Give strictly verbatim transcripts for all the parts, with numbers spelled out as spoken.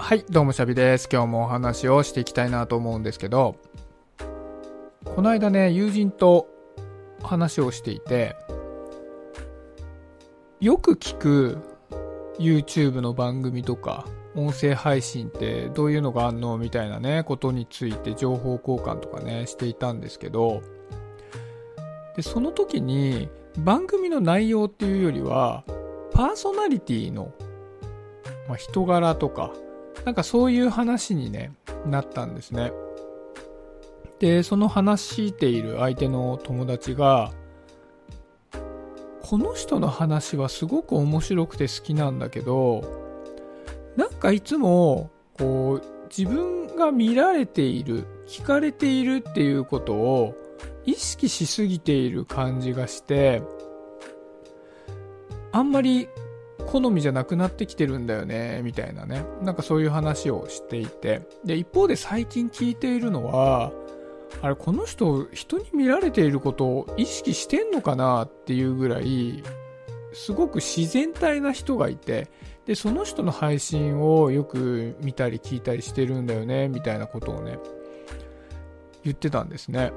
はい、どうもシャビです。今日もお話をしていきたいなと思うんですけど、この間ね、友人と話をしていて、よく聞く YouTube の番組とか音声配信ってどういうのがあんのみたいなね、ことについて情報交換とかね、していたんですけど、で、その時に番組の内容っていうよりは、パーソナリティの、まあ、人柄とか、なんかそういう話に、ね、なったんですね。で、その話している相手の友達が、この人の話はすごく面白くて好きなんだけど、なんかいつもこう自分が見られている、聞かれているっていうことを意識しすぎている感じがして、あんまり好みじゃなくなってきてるんだよねみたいなね、なんかそういう話をしていて、で一方で最近聞いているのは、あれこの人人に見られていることを意識してんのかなっていうぐらいすごく自然体な人がいて、でその人の配信をよく見たり聞いたりしてるんだよねみたいなことをね言ってたんですね。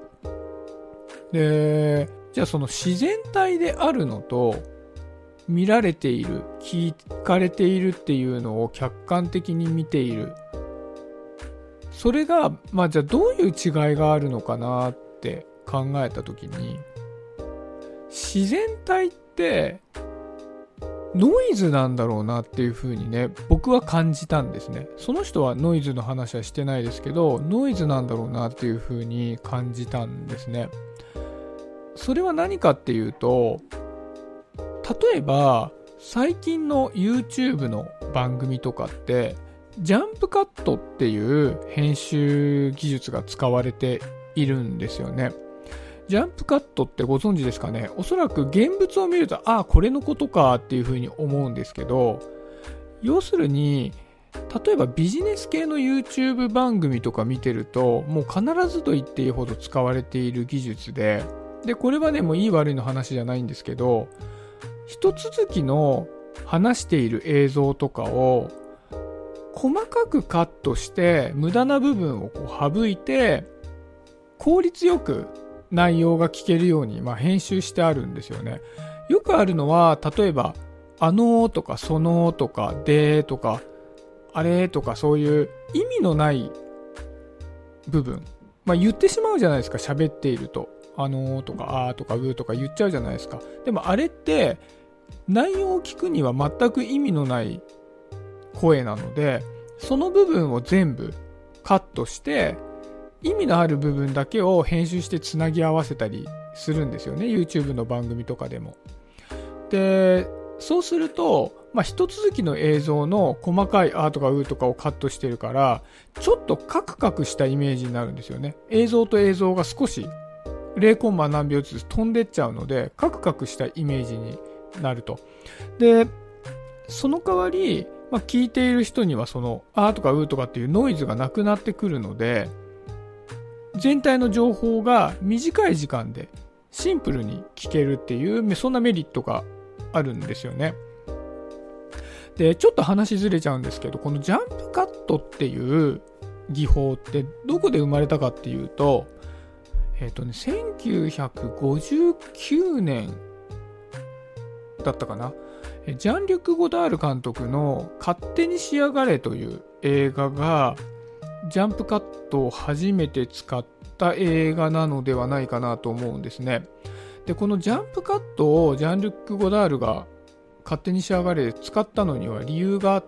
でじゃあその自然体であるのと見られている、聞かれているっていうのを客観的に見ている、それがまあじゃあどういう違いがあるのかなって考えたときに、自然体ってノイズなんだろうなっていう風にね、僕は感じたんですね。その人はノイズの話はしてないですけど、ノイズなんだろうなっていう風に感じたんですね。それは何かっていうと、例えば最近の YouTube の番組とかってジャンプカットっていう編集技術が使われているんですよね。ジャンプカットってご存知ですかね。おそらく現物を見ると、ああこれのことかっていうふうに思うんですけど、要するに例えばビジネス系の YouTube 番組とか見てると、もう必ずと言っていいほど使われている技術で、でこれはねもういい悪いの話じゃないんですけど、一続きの話している映像とかを細かくカットして無駄な部分をこう省いて効率よく内容が聞けるように、まあ、編集してあるんですよね。よくあるのは例えばあのーとかそのーとかでーとかあれーとか、そういう意味のない部分、まあ、言ってしまうじゃないですか。喋っているとあのーとかあーとかうーとか言っちゃうじゃないですか。でもあれって内容を聞くには全く意味のない声なので、その部分を全部カットして意味のある部分だけを編集してつなぎ合わせたりするんですよね、 YouTube の番組とかでも。でそうすると、まあ、一続きの映像の細かいあーとかうーとかをカットしてるから、ちょっとカクカクしたイメージになるんですよね。映像と映像が少しゼロコンマ何秒ずつ飛んでっちゃうので、カクカクしたイメージになると。でその代わり、まあ、聞いている人にはそのあーとかうーとかっていうノイズがなくなってくるので、全体の情報が短い時間でシンプルに聞けるっていう、そんなメリットがあるんですよね。でちょっと話ずれちゃうんですけど、このジャンプカットっていう技法ってどこで生まれたかっていうと、えっとねせんきゅうひゃくごじゅうきゅうねんだったかな。ジャンリュック・ゴダール監督の勝手に仕上がれという映画がジャンプカットを初めて使った映画なのではないかなと思うんですね。でこのジャンプカットをジャンリュック・ゴダールが勝手に仕上がれで使ったのには理由があって、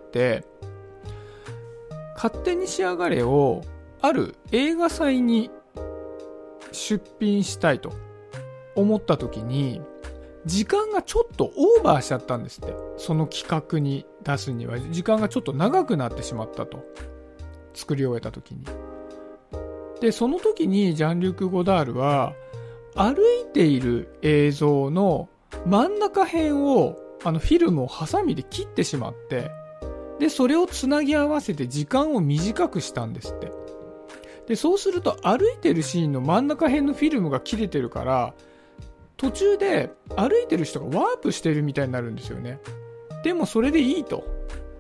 勝手に仕上がれをある映画祭に出品したいと思った時に時間がちょっとオーバーしちゃったんですって。その企画に出すには時間がちょっと長くなってしまったと、作り終えた時に。でその時にジャンリュック・ゴダールは歩いている映像の真ん中辺をあのフィルムをハサミで切ってしまって、でそれをつなぎ合わせて時間を短くしたんですって。でそうすると歩いてるシーンの真ん中辺のフィルムが切れてるから、途中で歩いてる人がワープしてるみたいになるんですよね。でもそれでいいと。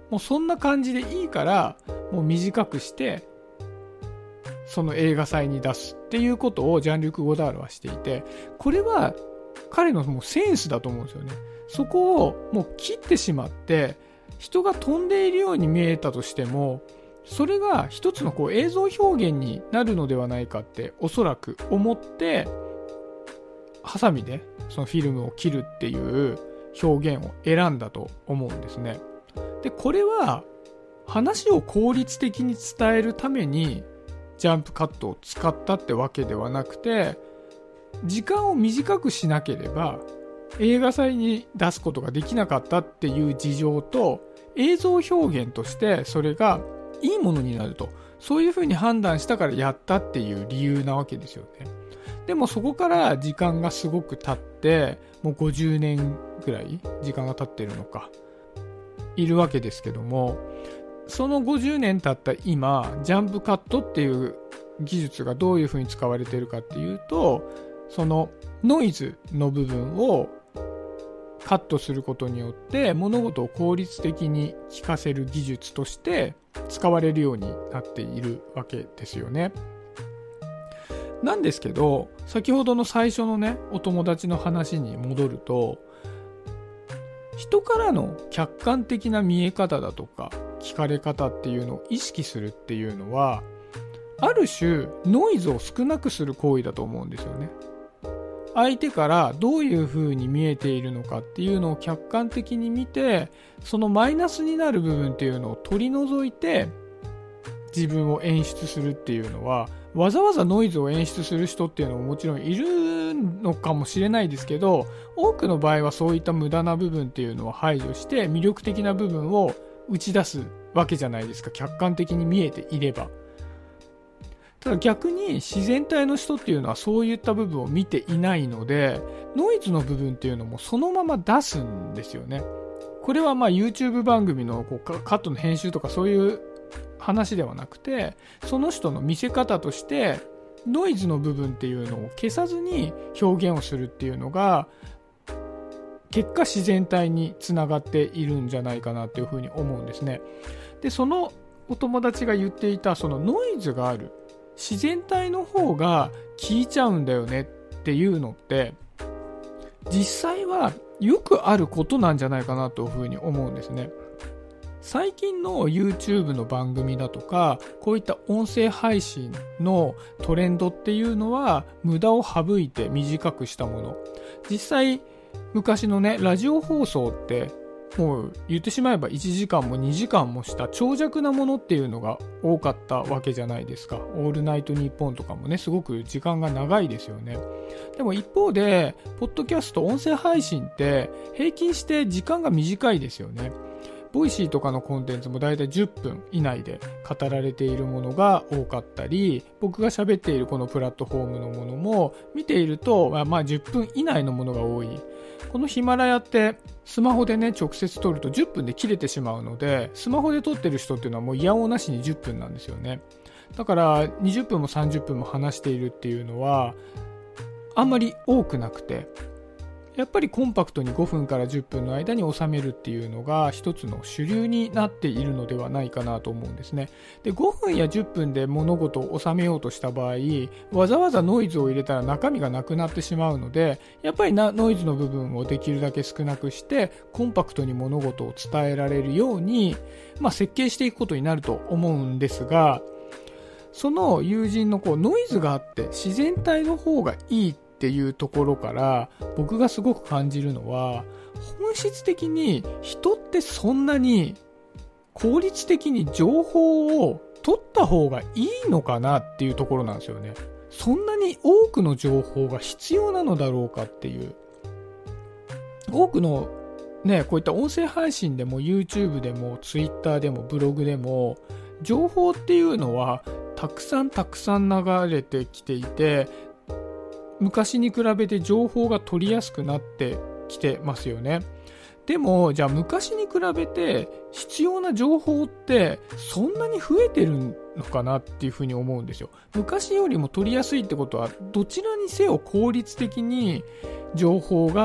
もうそんな感じでいいからもう短くしてその映画祭に出すっていうことをジャン・リュク・ゴダールはしていて、これは彼のもうセンスだと思うんですよね。そこをもう切ってしまって人が飛んでいるように見えたとしても、それが一つのこう映像表現になるのではないかっておそらく思ってハサミでそのフィルムを切るっていう表現を選んだと思うんですね。でこれは話を効率的に伝えるためにジャンプカットを使ったってわけではなくて、時間を短くしなければ映画祭に出すことができなかったっていう事情と、映像表現としてそれがいいものになると、そういうふうに判断したからやったっていう理由なわけですよね。でもそこから時間がすごく経って、もうごじゅうねんぐらい時間が経ってるのかいるわけですけども、そのごじゅうねん経った今、ジャンプカットっていう技術がどういうふうに使われているかっていうと、そのノイズの部分をカットすることによって物事を効率的に聞かせる技術として使われるようになっているわけですよね。なんですけど、先ほどの最初のね、お友達の話に戻ると、人からの客観的な見え方だとか聞かれ方っていうのを意識するっていうのは、ある種ノイズを少なくする行為だと思うんですよね。相手からどういう風に見えているのかっていうのを客観的に見て、そのマイナスになる部分っていうのを取り除いて自分を演出するっていうのは、わざわざノイズを演出する人っていうのももちろんいるのかもしれないですけど、多くの場合はそういった無駄な部分っていうのを排除して魅力的な部分を打ち出すわけじゃないですか、客観的に見えていれば。ただ逆に自然体の人っていうのはそういった部分を見ていないので、ノイズの部分っていうのもそのまま出すんですよね。これはまあ YouTube 番組のこうカットの編集とかそういう話ではなくて、その人の見せ方としてノイズの部分っていうのを消さずに表現をするっていうのが結果自然体につながっているんじゃないかなっていうふうに思うんですね。でそのお友達が言っていたそのノイズがある自然体の方が効いちゃうんだよねっていうのって、実際はよくあることなんじゃないかなというふうに思うんですね。最近の YouTube の番組だとか、こういった音声配信のトレンドっていうのは無駄を省いて短くしたもの。実際昔のねラジオ放送ってもう言ってしまえばいちじかんもにじかんもした長尺なものっていうのが多かったわけじゃないですか。オールナイトニッポンとかもねすごく時間が長いですよね。でも一方でポッドキャスト音声配信って平均して時間が短いですよね。ボイシーとかのコンテンツもだいたいじゅっぷん以内で語られているものが多かったり、僕が喋っているこのプラットフォームのものも見ているとまあじゅっぷん以内のものが多い。このヒマラヤってスマホでね直接撮るとじゅっぷんで切れてしまうので、スマホで撮ってる人っていうのはもういやおうなしにじゅっぷんなんですよね。だからにじゅっぷんもさんじゅっぷんも話しているっていうのはあんまり多くなくて、やっぱりコンパクトにごふんからじゅっぷんの間に収めるっていうのが一つの主流になっているのではないかなと思うんですね。でごふんやじゅっぷんで物事を収めようとした場合、わざわざノイズを入れたら中身がなくなってしまうので、やっぱりなノイズの部分をできるだけ少なくしてコンパクトに物事を伝えられるように、まあ、設計していくことになると思うんですが、その友人のこうノイズがあって自然体の方がいいっていうところから僕がすごく感じるのは、本質的に人ってそんなに効率的に情報を取った方がいいのかなっていうところなんですよね。そんなに多くの情報が必要なのだろうかっていう。多くのね、こういった音声配信でも YouTube でも Twitter でもブログでも情報っていうのはたくさんたくさん流れてきていて、昔に比べて情報が取りやすくなってきてますよね。でもじゃあ昔に比べて必要な情報ってそんなに増えてるのかなっていうふうに思うんですよ。昔よりも取りやすいってことはどちらにせよ効率的に情報が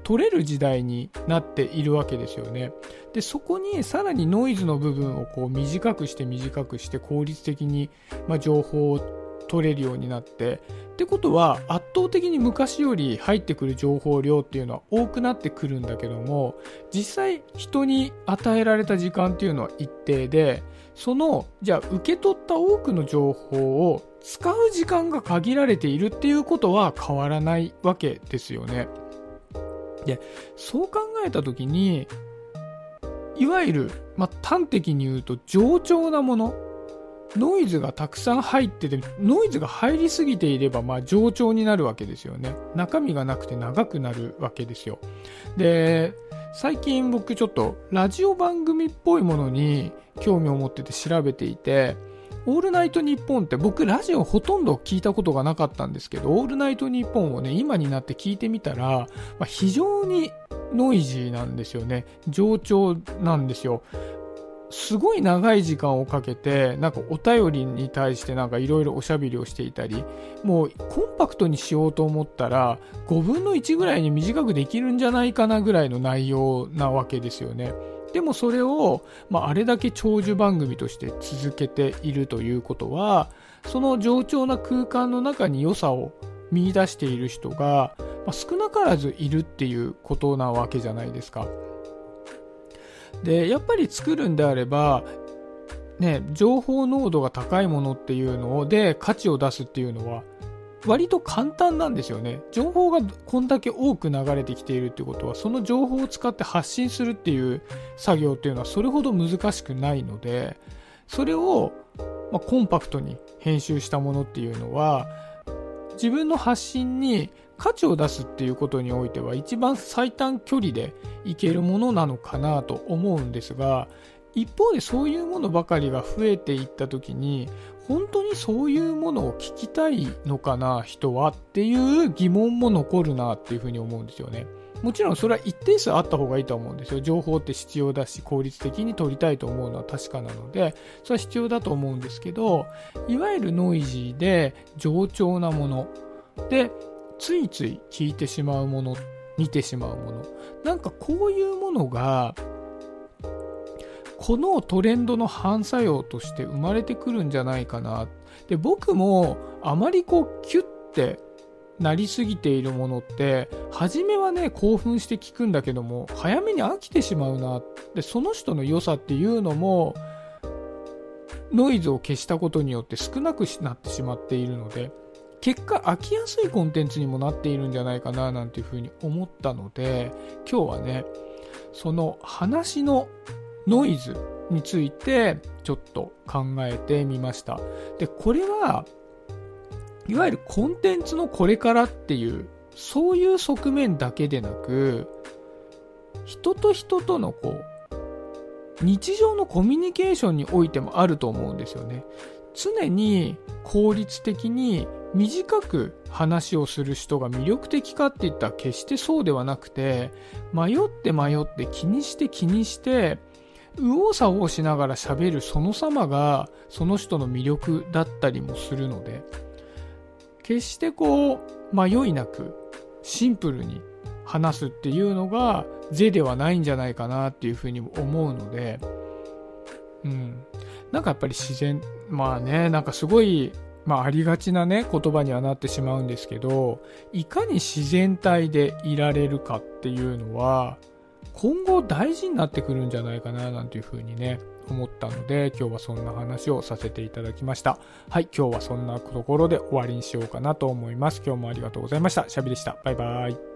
取れる時代になっているわけですよね。で、そこにさらにノイズの部分をこう短くして短くして効率的に、まあ、情報を取れるようになってってことは、圧倒的に昔より入ってくる情報量っていうのは多くなってくるんだけども、実際人に与えられた時間っていうのは一定で、そのじゃあ受け取った多くの情報を使う時間が限られているっていうことは変わらないわけですよね。で、そう考えたときに、いわゆる、まあ、端的に言うと冗長なもの、ノイズがたくさん入ってて、ノイズが入りすぎていれば、まあ冗長になるわけですよね。中身がなくて長くなるわけですよ。で、最近僕ちょっとラジオ番組っぽいものに興味を持ってて調べていて、オールナイトニッポンって僕ラジオほとんど聞いたことがなかったんですけど、オールナイトニッポンをね、今になって聞いてみたら、まあ、非常にノイジーなんですよね。冗長なんですよ。すごい長い時間をかけて、なんかお便りに対してなんかいろいろおしゃべりをしていたり、もうコンパクトにしようと思ったらごぶんのいちぐらいに短くできるんじゃないかなぐらいの内容なわけですよね。でもそれを、まあ、あれだけ長寿番組として続けているということは、その冗長な空間の中に良さを見出している人が、まあ、少なからずいるっていうことなわけじゃないですか。で、やっぱり作るんであれば、ね、情報濃度が高いものっていうので価値を出すっていうのは割と簡単なんですよね。情報がこんだけ多く流れてきているってことは、その情報を使って発信するっていう作業っていうのはそれほど難しくないので、それを、まあ、コンパクトに編集したものっていうのは、自分の発信に価値を出すっていうことにおいては一番最短距離でいけるものなのかなと思うんですが、一方でそういうものばかりが増えていった時に、本当にそういうものを聞きたいのかな人はっていう疑問も残るなっていうふうに思うんですよね。もちろんそれは一定数あった方がいいと思うんですよ。情報って必要だし、効率的に取りたいと思うのは確かなので、それは必要だと思うんですけど、いわゆるノイジーで冗長なものでついつい聞いてしまうもの、見てしまうもの、なんかこういうものがこのトレンドの反作用として生まれてくるんじゃないかな。で、僕もあまりこうキュッてなりすぎているものって初めはね興奮して聞くんだけども早めに飽きてしまうな。で、その人の良さっていうのもノイズを消したことによって少なくなってしまっているので、結果飽きやすいコンテンツにもなっているんじゃないかななんていうふうに思ったので、今日はねその話のノイズについてちょっと考えてみました。で、これはいわゆるコンテンツのこれからっていうそういう側面だけでなく、人と人とのこう日常のコミュニケーションにおいてもあると思うんですよね。常に効率的に短く話をする人が魅力的かって言ったら決してそうではなくて、迷って迷って気にして気にして右往左往しながら喋るその様がその人の魅力だったりもするので、決してこう迷いなくシンプルに話すっていうのが是ではないんじゃないかなっていうふうにも思うので、うん、なんかやっぱり自然、まあね、なんかすごいまあありがちなね言葉にはなってしまうんですけど、いかに自然体でいられるかっていうのは今後大事になってくるんじゃないかななんていうふうにね思ったので、今日はそんな話をさせていただきました。はい、今日はそんなところで終わりにしようかなと思います。今日もありがとうございました。シャビでした。バイバイ。